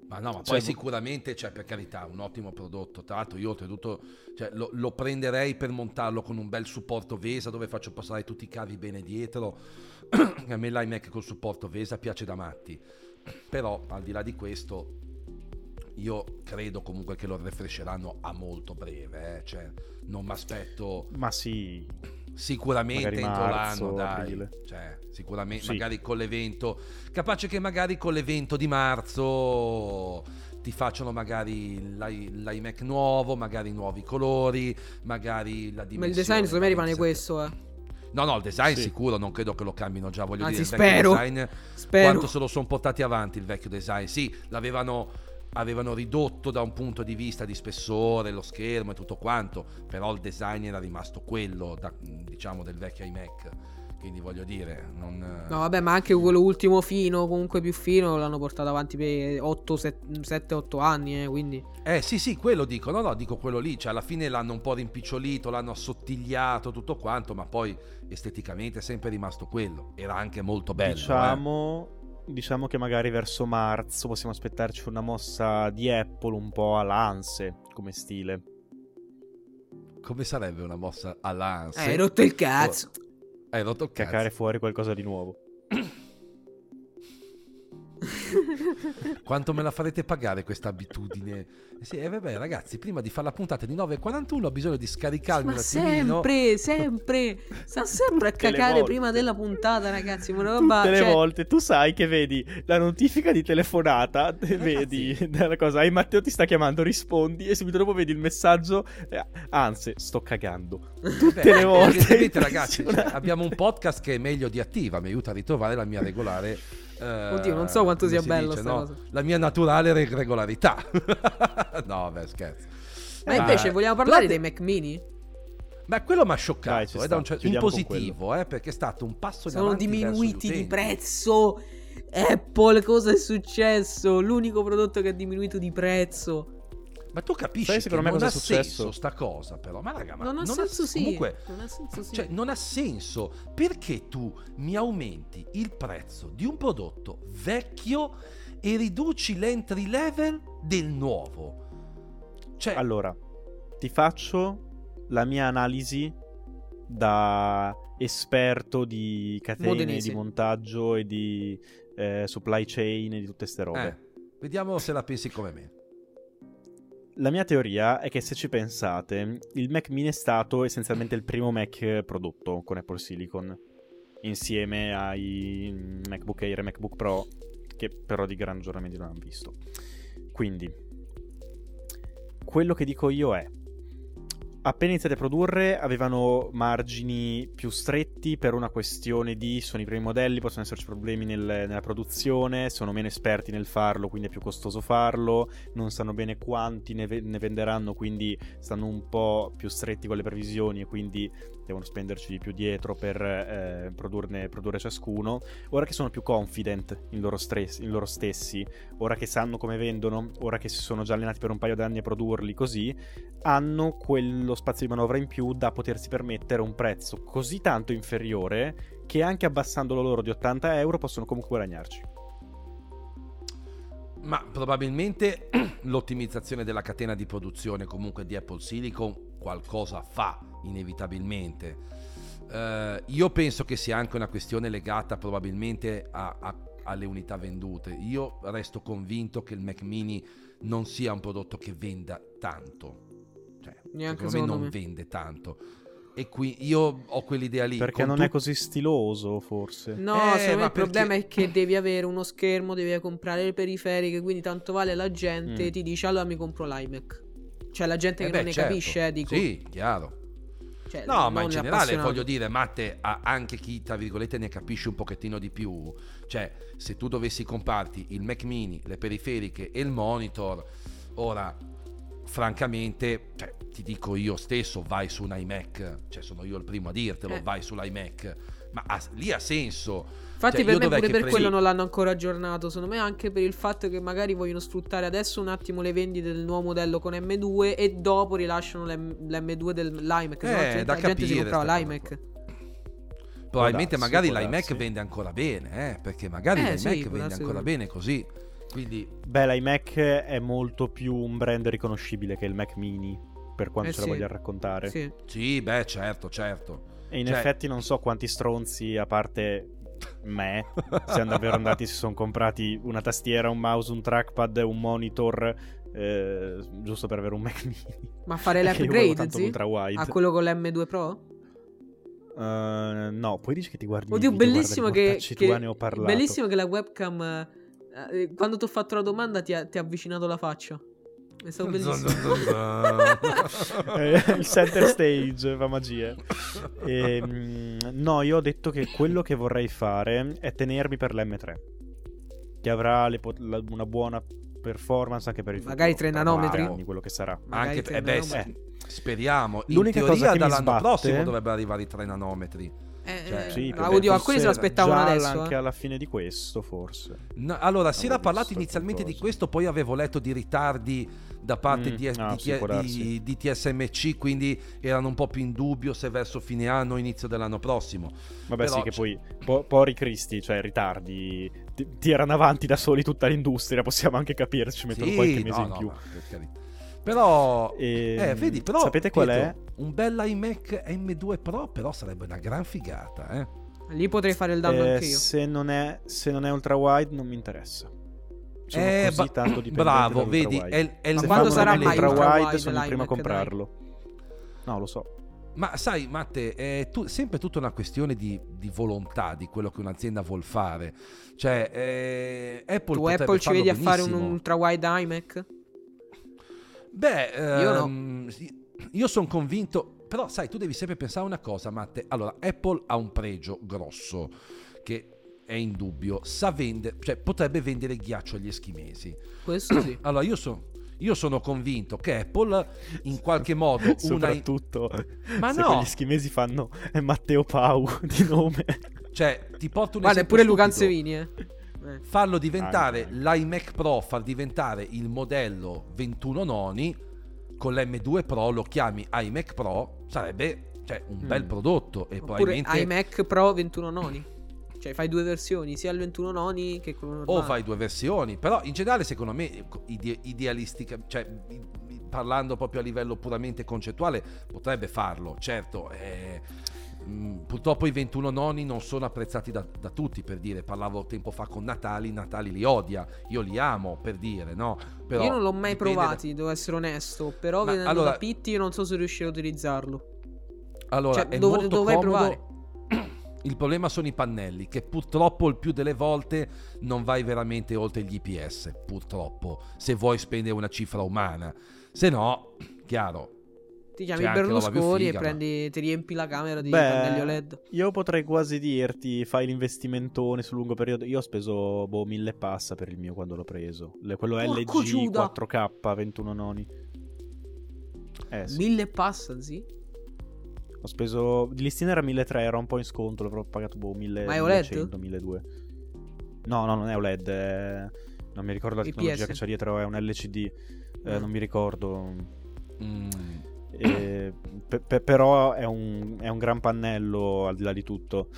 Ma no, ma Cioè, poi sicuramente, cioè, per carità, un ottimo prodotto. Tra l'altro io oltretutto, cioè, lo, lo prenderei per montarlo con un bel supporto VESA dove faccio passare tutti i cavi bene dietro. A me l'iMac col supporto VESA piace da matti. Però al di là di questo io credo comunque che lo refresceranno a molto breve, eh? Cioè, non mi aspetto Ma sì, sicuramente magari entro marzo, l'anno, dai. aprile. Cioè, sicuramente Sì. magari con l'evento, capace che magari con l'evento di marzo ti facciano magari l'i- l'iMac nuovo, magari nuovi colori, magari la dimensione. Ma il design secondo me rimane la questo, eh. No, no, il design Sì. sicuro, non credo che lo cambino già, voglio Anzi, dire, il vecchio spero. design, Spero. quanto se lo sono portati avanti il vecchio design. Sì, l'avevano avevano ridotto da un punto di vista di spessore, lo schermo e tutto quanto, però il design era rimasto quello, da, diciamo, del vecchio iMac. Quindi voglio dire, non... No, vabbè, ma anche quello ultimo fino, comunque più fino, l'hanno portato avanti per sette otto anni, eh, quindi... Eh sì sì, quello dico, no no, dico quello lì, cioè alla fine l'hanno un po' rimpicciolito, l'hanno assottigliato, tutto quanto, ma poi esteticamente è sempre rimasto quello, era anche molto bello. Diciamo, diciamo che magari verso marzo possiamo aspettarci una mossa di Apple un po' all'Anse come stile. eh. Come sarebbe una mossa all'Anse? Eh, hai rotto il cazzo. Hai rotto il cazzo. Cacare fuori qualcosa di nuovo. Quanto me la farete pagare questa abitudine? Eh sì, eh, vabbè ragazzi, prima di fare la puntata di nove e quarantuno ho bisogno di scaricarmi Ma un attimino. sempre, sempre, sta sempre a Tutte le cacare volte. prima della puntata, ragazzi. Una roba, Tutte le cioè- volte tu sai che vedi la notifica di telefonata, e vedi la cosa, e Matteo ti sta chiamando, rispondi e subito dopo vedi il messaggio, eh, anzi, sto cagando. Tutte Beh, le volte. evidentemente, ragazzi, cioè, abbiamo un podcast che è meglio di Attiva, mi aiuta a ritrovare la mia regolare. eh, Oddio, non so quanto come sia si bello dice, sta no? cosa. La mia naturale re- regolarità. No, beh, scherzo. Ma Eh, invece vogliamo parlare Plate- dei Mac mini? Ma quello mi ha Dai, scioccato, ci eh, sta. da un cer- in Chiudiamo con positivo, eh, perché è stato un passo in Sono avanti verso gli diminuiti di utenti. prezzo. Apple, cosa è successo? L'unico prodotto che ha diminuito di prezzo. Ma tu capisci Sai che secondo me non cosa ha è successo? senso sta cosa, però. Ma raga, ma Non ha non senso, sì. comunque, Non ha senso, sì. cioè, non ha senso perché tu mi aumenti il prezzo di un prodotto vecchio e riduci l'entry level del nuovo. Cioè, Allora, ti faccio la mia analisi da esperto di catene Modenese. di montaggio e di eh, supply chain e di tutte ste robe. eh, vediamo se la pensi come me. La mia teoria è che se ci pensate, il Mac mini è stato essenzialmente il primo Mac prodotto con Apple Silicon, insieme ai MacBook Air e MacBook Pro, che però di gran giornamenti non hanno visto. Quindi, quello che dico io è, appena iniziati a produrre avevano margini più stretti per una questione di sono i primi modelli, possono esserci problemi nel- nella produzione, sono meno esperti nel farlo, quindi è più costoso farlo, non sanno bene quanti ne, ve- ne venderanno, quindi stanno un po' più stretti con le previsioni e quindi devono spenderci di più dietro per eh, produrne, produrre ciascuno. Ora che sono più confident in loro, stress, in loro stessi, ora che sanno come vendono, ora che si sono già allenati per un paio d'anni a produrli così, hanno quello spazio di manovra in più da potersi permettere un prezzo così tanto inferiore che anche abbassandolo loro di ottanta euro possono comunque guadagnarci. Ma probabilmente l'ottimizzazione della catena di produzione comunque di Apple Silicon qualcosa fa inevitabilmente. Eh, io penso che sia anche una questione legata probabilmente a, a, alle unità vendute. Io resto convinto che il Mac mini non sia un prodotto che venda tanto. Cioè, Neanche secondo me secondo non me. vende tanto. E qui io ho quell'idea lì. Perché con non tu- è così stiloso, forse. No, Eh, secondo me ma il problema perché- è che devi avere uno schermo, devi comprare le periferiche, quindi tanto vale la gente Mm. ti dice allora mi compro l'iMac. Cioè la gente Eh che beh, non ne certo. capisce, eh, dico. Sì, chiaro. Cioè, No, non ma in gli generale appassionati. voglio dire, Matte, a- anche chi tra virgolette ne capisce un pochettino di più, cioè se tu dovessi comprarti il Mac mini, le periferiche e il monitor, ora francamente, cioè, ti dico io stesso, vai su un iMac, cioè sono io il primo a dirtelo, Eh. vai sull'iMac, ma ha- lì ha senso. Infatti Cioè, per io me dov'è pure che per prendi- quello non l'hanno ancora aggiornato. Secondo me anche per il fatto che magari vogliono sfruttare adesso un attimo le vendite del nuovo modello con M due e dopo rilasciano l'M- l'M due dell'iMac. Eh, Se no la gente, da la gente si capire comprava sta l'iMac. Probabilmente darsi, magari può l'iMac darsi. vende ancora bene, eh, perché magari Eh, l'iMac sì, può vende darsi ancora che- bene così. Quindi Beh, l'iMac è molto più un brand riconoscibile che il Mac Mini, per quanto Eh ce sì. la voglia raccontare. Sì. sì, beh, certo, certo. E in Cioè- effetti non so quanti stronzi, a parte me, siano davvero andati, si sono comprati una tastiera, un mouse, un trackpad, un monitor, eh, giusto per avere un Mac Mini. Ma fare Perché io volevo l'upgrade, tanto sì? l'ultra wide. A quello con l'M due Pro? Uh, no, poi dici che ti guardi Oddio, i video, bellissimo guarda, che, di mortacci che- tua, ne ho parlato. bellissimo che la webcam eh, quando ti ho fatto la domanda ti ha, ti ha avvicinato la faccia. È stato bellissimo. Eh, il center stage fa magie. Ehm, no, io ho detto che quello che vorrei fare è tenermi per l'M tre, che avrà le pot- la- una buona performance anche per il Magari futuro, tre tra nanometri? anni, quello che sarà. Magari Anche tre eh beh, nanometri. sì, speriamo. In L'unica cosa teoria che mi dall'anno sbatte- prossimo dovrebbero arrivare i tre nanometri. Eh, Cioè, eh, Sì, eh, perché oddio, forse alcuni se l'aspettavano già adesso. anche eh. alla fine di questo, forse. No, allora, si Avevo era parlato visto inizialmente di qualcosa. questo, poi avevo letto di ritardi da parte Mm, di, ah, di, sì, può di, darsi. di T S M C, quindi erano un po' più in dubbio se verso fine anno o inizio dell'anno prossimo. Vabbè, Però sì, che c- poi po- Pori Cristi, cioè ritardi, ti- tirano avanti da soli tutta l'industria, possiamo anche capirci, mettono Sì, qualche mese no, in no, più. ma per carità. Però, E, eh, vedi, però sapete qual Pietro, è? un bel iMac M due Pro, però sarebbe una gran figata, eh. Lì potrei fare il danno Eh, anche io. se non è se non è ultra wide non mi interessa. Sono Eh, così ba- tanto dipendente bravo, dall'ultra vedi, wide. è, il- è il Ma Se quando modo sarà fanno come mai le- ultra ultra wide wide sono il primo a l'iMac, dai? comprarlo. No, lo so. Ma sai, Matte, è tu- sempre tutta una questione di, di volontà, di quello che un'azienda vuol fare. Cioè, eh, Apple Tu potrebbe Apple ci farlo vedi a fare un benissimo. ultra wide iMac? Beh, Io no. ehm, io sono convinto, però sai, tu devi sempre pensare una cosa, Matte. Allora, Apple ha un pregio grosso che è indubbio, sa vendere, cioè potrebbe vendere ghiaccio agli eschimesi. Questo sì. Allora, io sono io sono convinto che Apple in qualche modo una Soprattutto Ma se no. quegli schimesi fanno è Matteo Pau di nome. cioè ti porto un Guarda, è esempio pure Luca stupido. Ansevini, eh. Eh. Farlo diventare Anche. l'iMac Pro, far diventare il modello ventuno noni con l'M due Pro, lo chiami iMac Pro, sarebbe cioè, un bel Mm. prodotto e Oppure probabilmente iMac Pro ventuno noni. Cioè fai due versioni, sia il ventuno noni che quello normale. o fai due versioni, però in generale secondo me ide- idealistica, cioè i- i- parlando proprio a livello puramente concettuale potrebbe farlo, certo. eh, mh, purtroppo i ventuno noni non sono apprezzati da, da tutti, per dire, parlavo tempo fa con Natali, Natali li odia, io li amo, per dire, no? Però io non l'ho mai dipende da- provati, devo essere onesto. Però Ma venendo allora- da Pitti io non so se riuscirò a utilizzarlo. Allora, Cioè, è dov- molto dovrei comodo. provare. Il problema sono i pannelli, che purtroppo il più delle volte non vai veramente oltre gli I P S, purtroppo, se vuoi spendere una cifra umana. Se no, chiaro. Ti chiami C'è anche roba più Berlusconi figa, e prendi, ti riempi la camera di Beh, pannelli O L E D. io potrei quasi dirti fai l'investimentone sul lungo periodo. Io ho speso boh mille passa per il mio quando l'ho preso. Le- quello Porco L G Giuda. quattro K ventuno noni. Eh sì. Mille passa, sì. Ho speso di listino era milletrecento, era un po' in sconto, l'avrò pagato boh mille, Ma è O L E D? millecento, milleduecento. No, no, non è O L E D, è... non mi ricordo la I P S. tecnologia che c'è dietro, è un L C D. Eh, Ah. non mi ricordo. Mm. Eh, pe- pe- però è un, è un gran pannello al di là di tutto.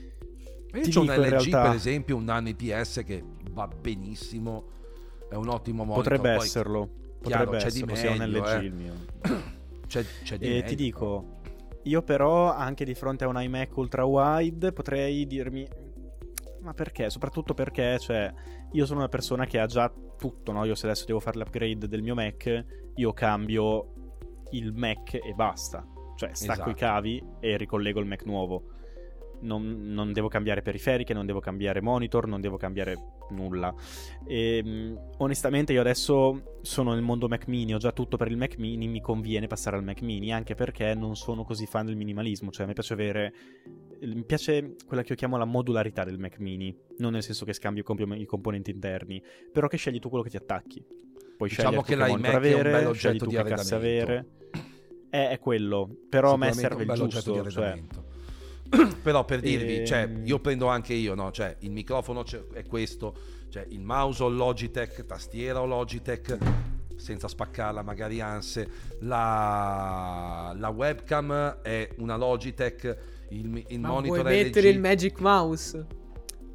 Io Ti c'ho un dico, in L G realtà- per esempio, un nano I P S che va benissimo, è un ottimo monitor. Potrebbe poi esserlo. chiaro, Potrebbe c'è di esserlo, sia un meglio, L G eh. il mio. C'è, c'è di E meglio. ti dico, io però anche di fronte a un iMac ultra wide potrei dirmi ma perché? Soprattutto perché, cioè, io sono una persona che ha già tutto, no? Io se adesso devo fare l'upgrade del mio Mac, io cambio il Mac e basta. Cioè, stacco Esatto. i cavi e ricollego il Mac nuovo. Non, non devo cambiare periferiche, non devo cambiare monitor, non devo cambiare nulla. E, mh, onestamente io adesso sono nel mondo Mac Mini, ho già tutto per il Mac Mini, mi conviene passare al Mac Mini, anche perché non sono così fan del minimalismo, cioè mi piace avere mi piace quella che io chiamo la modularità del Mac Mini, non nel senso che scambio i, comp- i componenti interni, però che scegli tu quello che ti attacchi. Puoi Diciamo scegliere tu che che monitor l'iMac è un avere, bel scegli oggetto tu di che cassa arredamento. avere. È, è quello, però a me Sicuramente serve un il bel oggetto di giusto, cioè arredamento. Però per dirvi, Ehm. cioè, io prendo anche io, no? Cioè, il microfono c'è- è questo, cioè il mouse o Logitech, tastiera o Logitech, senza spaccarla magari anse, la, la webcam è una Logitech, il, il Ma monitor vuoi L G. mettere il Magic Mouse?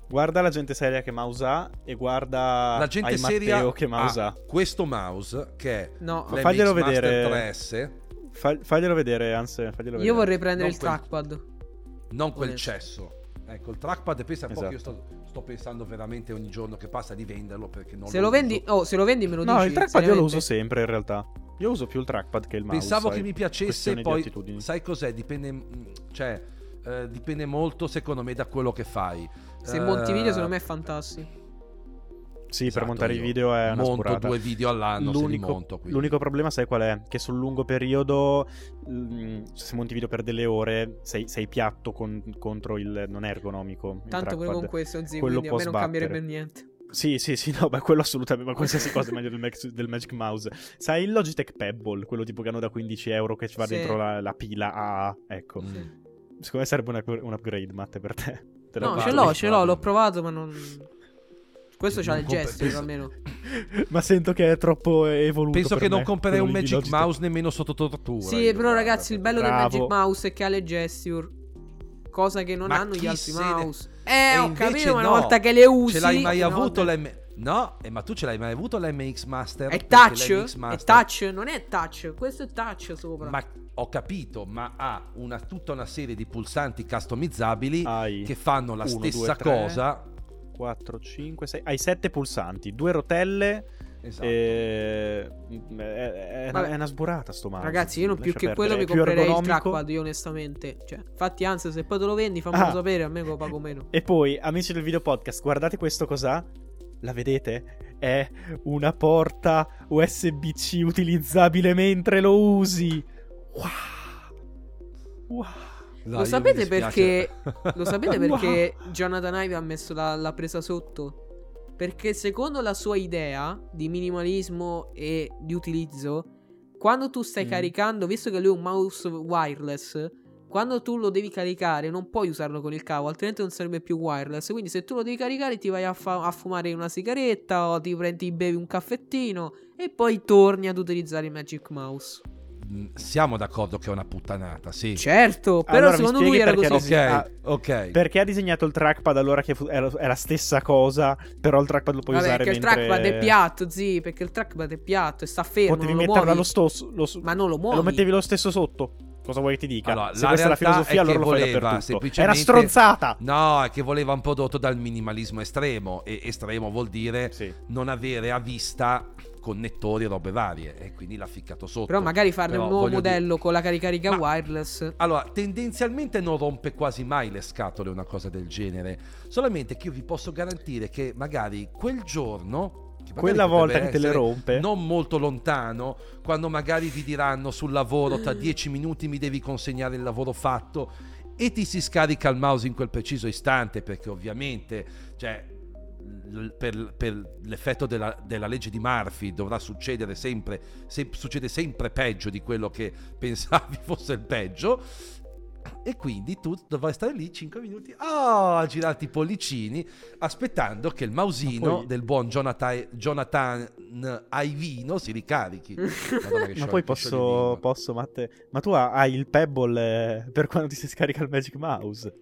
Guarda la gente seria che mouse ha e guarda La gente ai seria Matteo che mouse ha ha. questo mouse che è No. l'M X Faglielo Master vedere. tre S, Fa- faglielo vedere, anzi, faglielo vedere. Io vorrei prendere Non il quel- trackpad. non quel Onesto. cesso. Ecco, il trackpad, pensa un po' che io Esatto. sto, sto pensando veramente ogni giorno che passa di venderlo perché non Se lo lo vendi, uso. oh, se lo vendi me lo No, dici. il trackpad io lo seriamente. uso sempre in realtà. Io uso più il trackpad che il mouse. Pensavo sai? che mi piacesse, Questione di poi attitudini. sai cos'è? Dipende, mm, cioè, eh, dipende molto secondo me da quello che fai. Se Eh, monti video, secondo me è fantastico. Sì, esatto, per montare i io video è una monto sburrata. due video all'anno se li L'unico, monto, quindi. l'unico problema sai qual è? Che sul lungo periodo mm, se monti video per delle ore sei, sei piatto con- contro il non è ergonomico il Tanto pure trackpad. con questo, zio, Quello quindi a può me non sbattere. cambierebbe niente. Sì, sì, sì, no, beh, quello assolutamente, ma qualsiasi cosa è meglio del, Mac- del Magic Mouse. Sai il Logitech Pebble, quello tipo che hanno da quindici euro che ci va Sì. dentro la, la pila A, ecco. Mm. Secondo me sarebbe un, un upgrade, Matte, per te. Te la No, vado. ce l'ho, ce l'ho, l'ho provato, ma non... Questo c'ha Non il compre- gesto, penso- almeno. Ma sento che è troppo evoluto. Penso per che non me, comprerei un quello di Magic Logitech. Mouse nemmeno sotto tortura. Sì, io, però guarda, ragazzi, il bello Bravo. del Magic Mouse è che ha le gesture. Cosa che non Ma hanno gli chi altri se ne- mouse. Eh, E ho invece capito, ma una no. volta che le usi... Ce l'hai mai una avuto volta- l'M... No, eh, ma tu ce l'hai mai avuto l'M X Master? È Perché touch? l'M X È Master- touch? Non è touch, questo è touch sopra. Ma ho capito, ma ha una, tutta una serie di pulsanti customizzabili Hai che fanno la uno, stessa due, tre, cosa. quattro, cinque, sei. Hai sette pulsanti, due rotelle. Esatto. E... È, è, è, Vabbè. una, è una sburrata sto mouse. Ragazzi, io non più Lascia che perdere. quello mi È più comprerei il ergonomico. trackpad, io onestamente. Cioè, infatti, anzi, se poi te lo vendi, fammelo Ah. sapere, a me lo pago meno. E poi, amici del video podcast, guardate questo cos'ha. La vedete? È una porta U S B C utilizzabile mentre lo usi. Wow. Wow. Dai, Lo io sapete mi dispiace. perché Lo sapete perché Jonathan Ive ha messo la, la presa sotto? Perché secondo la sua idea di minimalismo e di utilizzo, quando tu stai Mm. caricando, visto che lui è un mouse wireless, quando tu lo devi caricare non puoi usarlo con il cavo, altrimenti non sarebbe più wireless. Quindi se tu lo devi caricare ti vai a, fa- a fumare una sigaretta o ti prendi, ti bevi un caffettino e poi torni ad utilizzare il Magic Mouse. Mm, Siamo d'accordo che è una puttanata, sì. Certo, però Allora, mi secondo lui spieghi era perché così. era- Ok, ok. Perché ha disegnato il trackpad allora che fu- era, è la stessa cosa, però il trackpad lo puoi Vabbè, usare perché mentre... il trackpad è piatto, zi, perché il trackpad è piatto e sta fermo, Potevi non lo metterlo muovi. allo stosso, lo, Ma non lo e muovi. lo mettevi lo stesso sotto. Cosa vuoi che ti dica? Allora, Se la questa è la realtà filosofia, è che allora lo fai voleva dappertutto. semplicemente- È una stronzata! No, è che voleva un prodotto dal minimalismo estremo. E estremo vuol dire Sì. non avere a vista connettori e robe varie. E quindi l'ha ficcato sotto. Però magari farne Però un nuovo voglio modello con la carica Ma- wireless. Allora, tendenzialmente non rompe quasi mai le scatole una cosa del genere. Solamente che io vi posso garantire che magari quel giorno, che magari Quella volta potrebbe che te le essere rompe. non molto lontano, quando magari vi diranno sul lavoro tra dieci minuti mi devi consegnare il lavoro fatto e ti si scarica il mouse in quel preciso istante, perché ovviamente, cioè, l- per, per l'effetto della, della legge di Murphy dovrà succedere sempre, se, succede sempre peggio di quello che pensavi fosse il peggio, e quindi tu dovrai stare lì cinque minuti oh, a girarti i pollicini aspettando che il mausino Ma poi- del buon Jonathan, Jonathan Ivino si ricarichi. Madonna, che Ma sciog- poi che posso, scioglilingua. posso, Matte... Ma tu ha- hai il Pebble eh, per quando ti si scarica il Magic Mouse.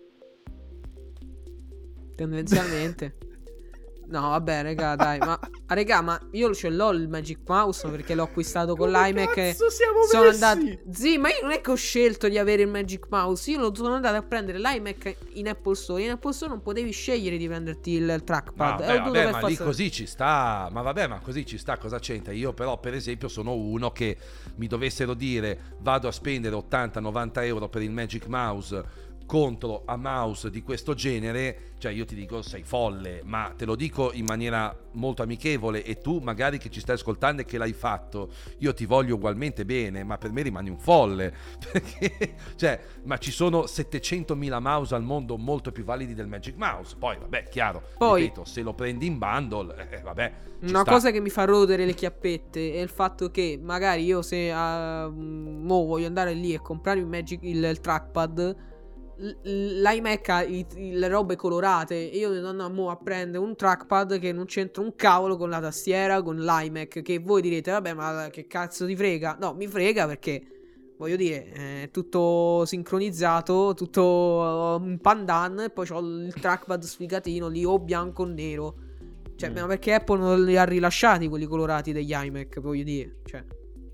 Tendenzialmente. No, vabbè, raga, dai. Ma, ah, raga, ma io ce l'ho il Magic Mouse perché l'ho acquistato con Come l'iMac. e cazzo siamo sono messi? andato. Zì, ma io non è che ho scelto di avere il Magic Mouse. Io lo sono andato a prendere l'iMac in Apple Store. In Apple Store non potevi scegliere di prenderti il, il Ma trackpad. vabbè, E ho dovuto vabbè, per ma lì forza- così ci sta, ma vabbè, ma così ci sta, cosa c'entra? Io però per esempio sono uno che mi dovessero dire vado a spendere ottanta novanta euro per il Magic Mouse contro a mouse di questo genere, cioè io ti dico sei folle, ma te lo dico in maniera molto amichevole, e tu magari che ci stai ascoltando e che l'hai fatto, io ti voglio ugualmente bene, ma per me rimani un folle, perché cioè, ma ci sono settecentomila mouse al mondo molto più validi del Magic Mouse. Poi vabbè, chiaro, Poi- ripeto, se lo prendi in bundle, eh, vabbè, ci Una sta. cosa che mi fa rodere le chiappette è il fatto che magari io se uh, mo voglio andare lì e comprare il, Magic, il, il trackpad, l- l'iMac ha i- i- le robe colorate e io devo andare mo a prendere un trackpad che non c'entra un cavolo con la tastiera, con l'iMac, che voi direte vabbè ma che cazzo ti frega? No, mi frega perché voglio dire, è tutto sincronizzato, tutto un pandan, e poi c'ho il trackpad sfigatino lì, o bianco o nero. Cioè, Mm. ma perché Apple non li ha rilasciati quelli colorati degli iMac, voglio dire, cioè.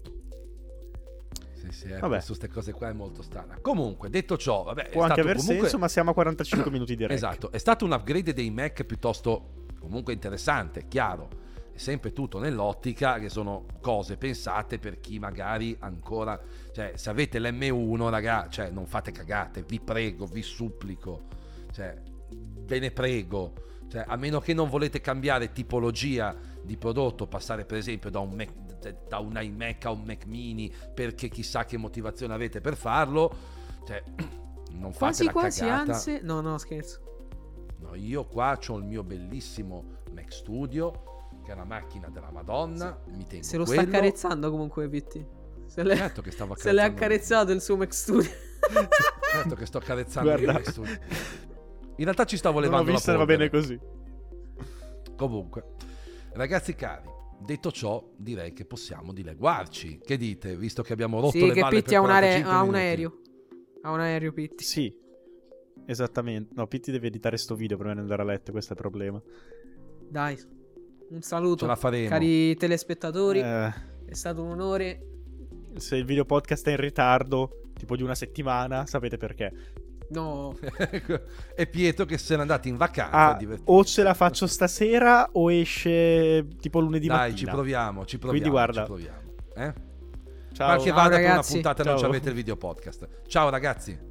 Sì, sì, Vabbè. eh, su queste cose qua è molto strana. Comunque, detto ciò, vabbè, Può è anche stato aver comunque... senso, ma siamo a quarantacinque minuti di rec. Esatto, è stato un upgrade dei Mac piuttosto comunque interessante, chiaro. È sempre tutto nell'ottica che sono cose pensate per chi magari ancora, cioè se avete l'emme uno, raga, cioè non fate cagate, vi prego, vi supplico, cioè ve ne prego, cioè a meno che non volete cambiare tipologia di prodotto, passare per esempio da un Mac, da un iMac a un Mac mini perché chissà che motivazione avete per farlo, cioè non fate Quasi la quasi cagata. anzi, no no scherzo. No, io qua ho il mio bellissimo Mac Studio, che è una macchina della Madonna, mi tengo Se lo quello. sta accarezzando comunque Pitti. Se l'è, Certo che stavo se l'è accarezzando. accarezzato il suo Mac Studio. Certo che sto accarezzando il Guarda. Mac Studio. In realtà ci stavo Non ho levando visto, la va bene polvere. così. Comunque, ragazzi cari, detto ciò, direi che possiamo dileguarci. Che dite, visto che abbiamo rotto Sì, le che balle Pitti per ha un, are- quarantacinque ha un minuti? aereo. Ha un aereo Pitti. Sì, esattamente. No, Pitti deve editare sto video prima di andare a letto, questo è il problema. Dai, un saluto, Ce la faremo. cari telespettatori. Eh, È stato un onore. se il video podcast è in ritardo, tipo di una settimana, sapete perché. No, E Pietro che se n'è andato in vacanza a Ah, divertirsi. o ce la faccio stasera o esce tipo lunedì Dai, mattina. ci proviamo, ci proviamo. Quindi guarda. ci proviamo. Eh? Ciao. Qualche Ciao, vada per una ragazzi. puntata non ci Ciao. avete il video podcast. Ciao ragazzi.